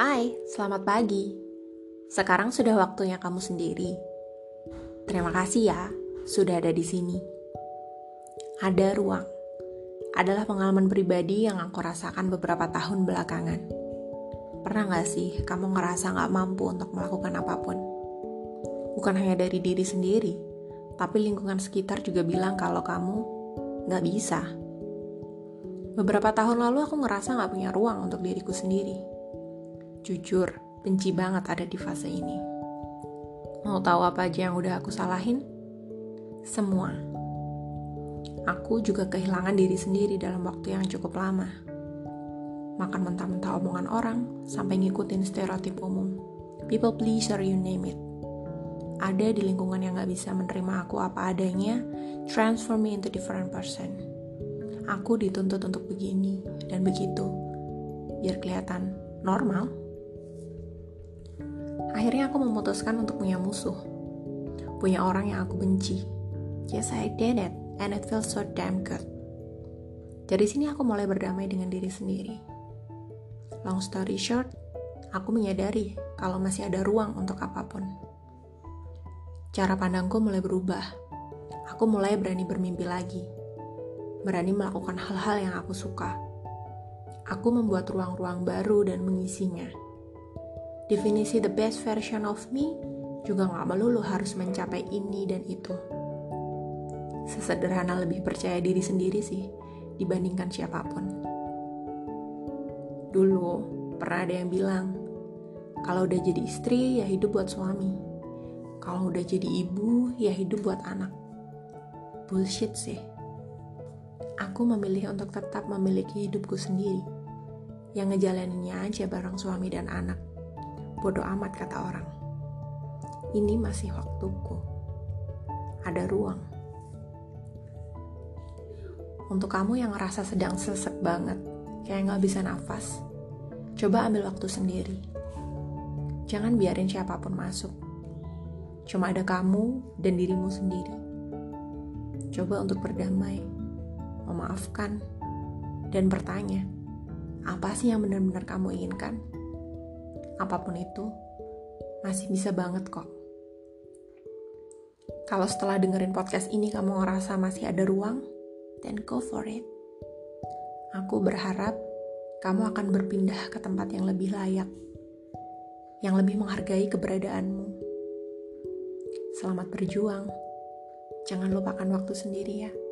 Hai, selamat pagi. Sekarang sudah waktunya kamu sendiri. Terima kasih ya, sudah ada di sini. Ada ruang. Adalah pengalaman pribadi yang aku rasakan beberapa tahun belakangan. Pernah gak sih kamu ngerasa gak mampu untuk melakukan apapun? Bukan hanya dari diri sendiri, tapi lingkungan sekitar juga bilang kalau kamu gak bisa. Beberapa tahun lalu aku ngerasa gak punya ruang untuk diriku sendiri. Jujur, benci banget ada di fase ini. Mau tahu apa aja yang udah aku salahin? Semua. Aku juga kehilangan diri sendiri dalam waktu yang cukup lama. Makan mentah-mentah omongan orang, sampai ngikutin stereotip umum. People pleaser, you name it. Ada di lingkungan yang gak bisa menerima aku apa adanya, transform me into different person. Aku dituntut untuk begini dan begitu, biar kelihatan normal. Akhirnya aku memutuskan untuk punya musuh. Punya orang yang aku benci. Yes, I did it. And it feels so damn good. Dari sini aku mulai berdamai dengan diri sendiri. Long story short, aku menyadari kalau masih ada ruang untuk apapun. Cara pandangku mulai berubah. Aku mulai berani bermimpi lagi. Berani melakukan hal-hal yang aku suka. Aku membuat ruang-ruang baru dan mengisinya. Definisi the best version of me juga gak melulu harus mencapai ini dan itu. Sesederhana lebih percaya diri sendiri sih dibandingkan siapapun. Dulu pernah ada yang bilang, kalau udah jadi istri ya hidup buat suami. Kalau udah jadi ibu ya hidup buat anak. Bullshit sih. Aku memilih untuk tetap memiliki hidupku sendiri. Yang ngejalaninnya aja bareng suami dan anak. Bodoh amat kata orang. Ini masih waktuku. Ada ruang. Untuk kamu yang ngerasa sedang sesek banget, kayak gak bisa nafas, coba ambil waktu sendiri. Jangan biarin siapapun masuk. Cuma ada kamu dan dirimu sendiri. Coba untuk berdamai, memaafkan, dan bertanya, apa sih yang benar-benar kamu inginkan? Apapun itu, masih bisa banget kok. Kalau setelah dengerin podcast ini kamu ngerasa masih ada ruang, then go for it. Aku berharap kamu akan berpindah ke tempat yang lebih layak, yang lebih menghargai keberadaanmu. Selamat berjuang. Jangan lupakan waktu sendiri ya.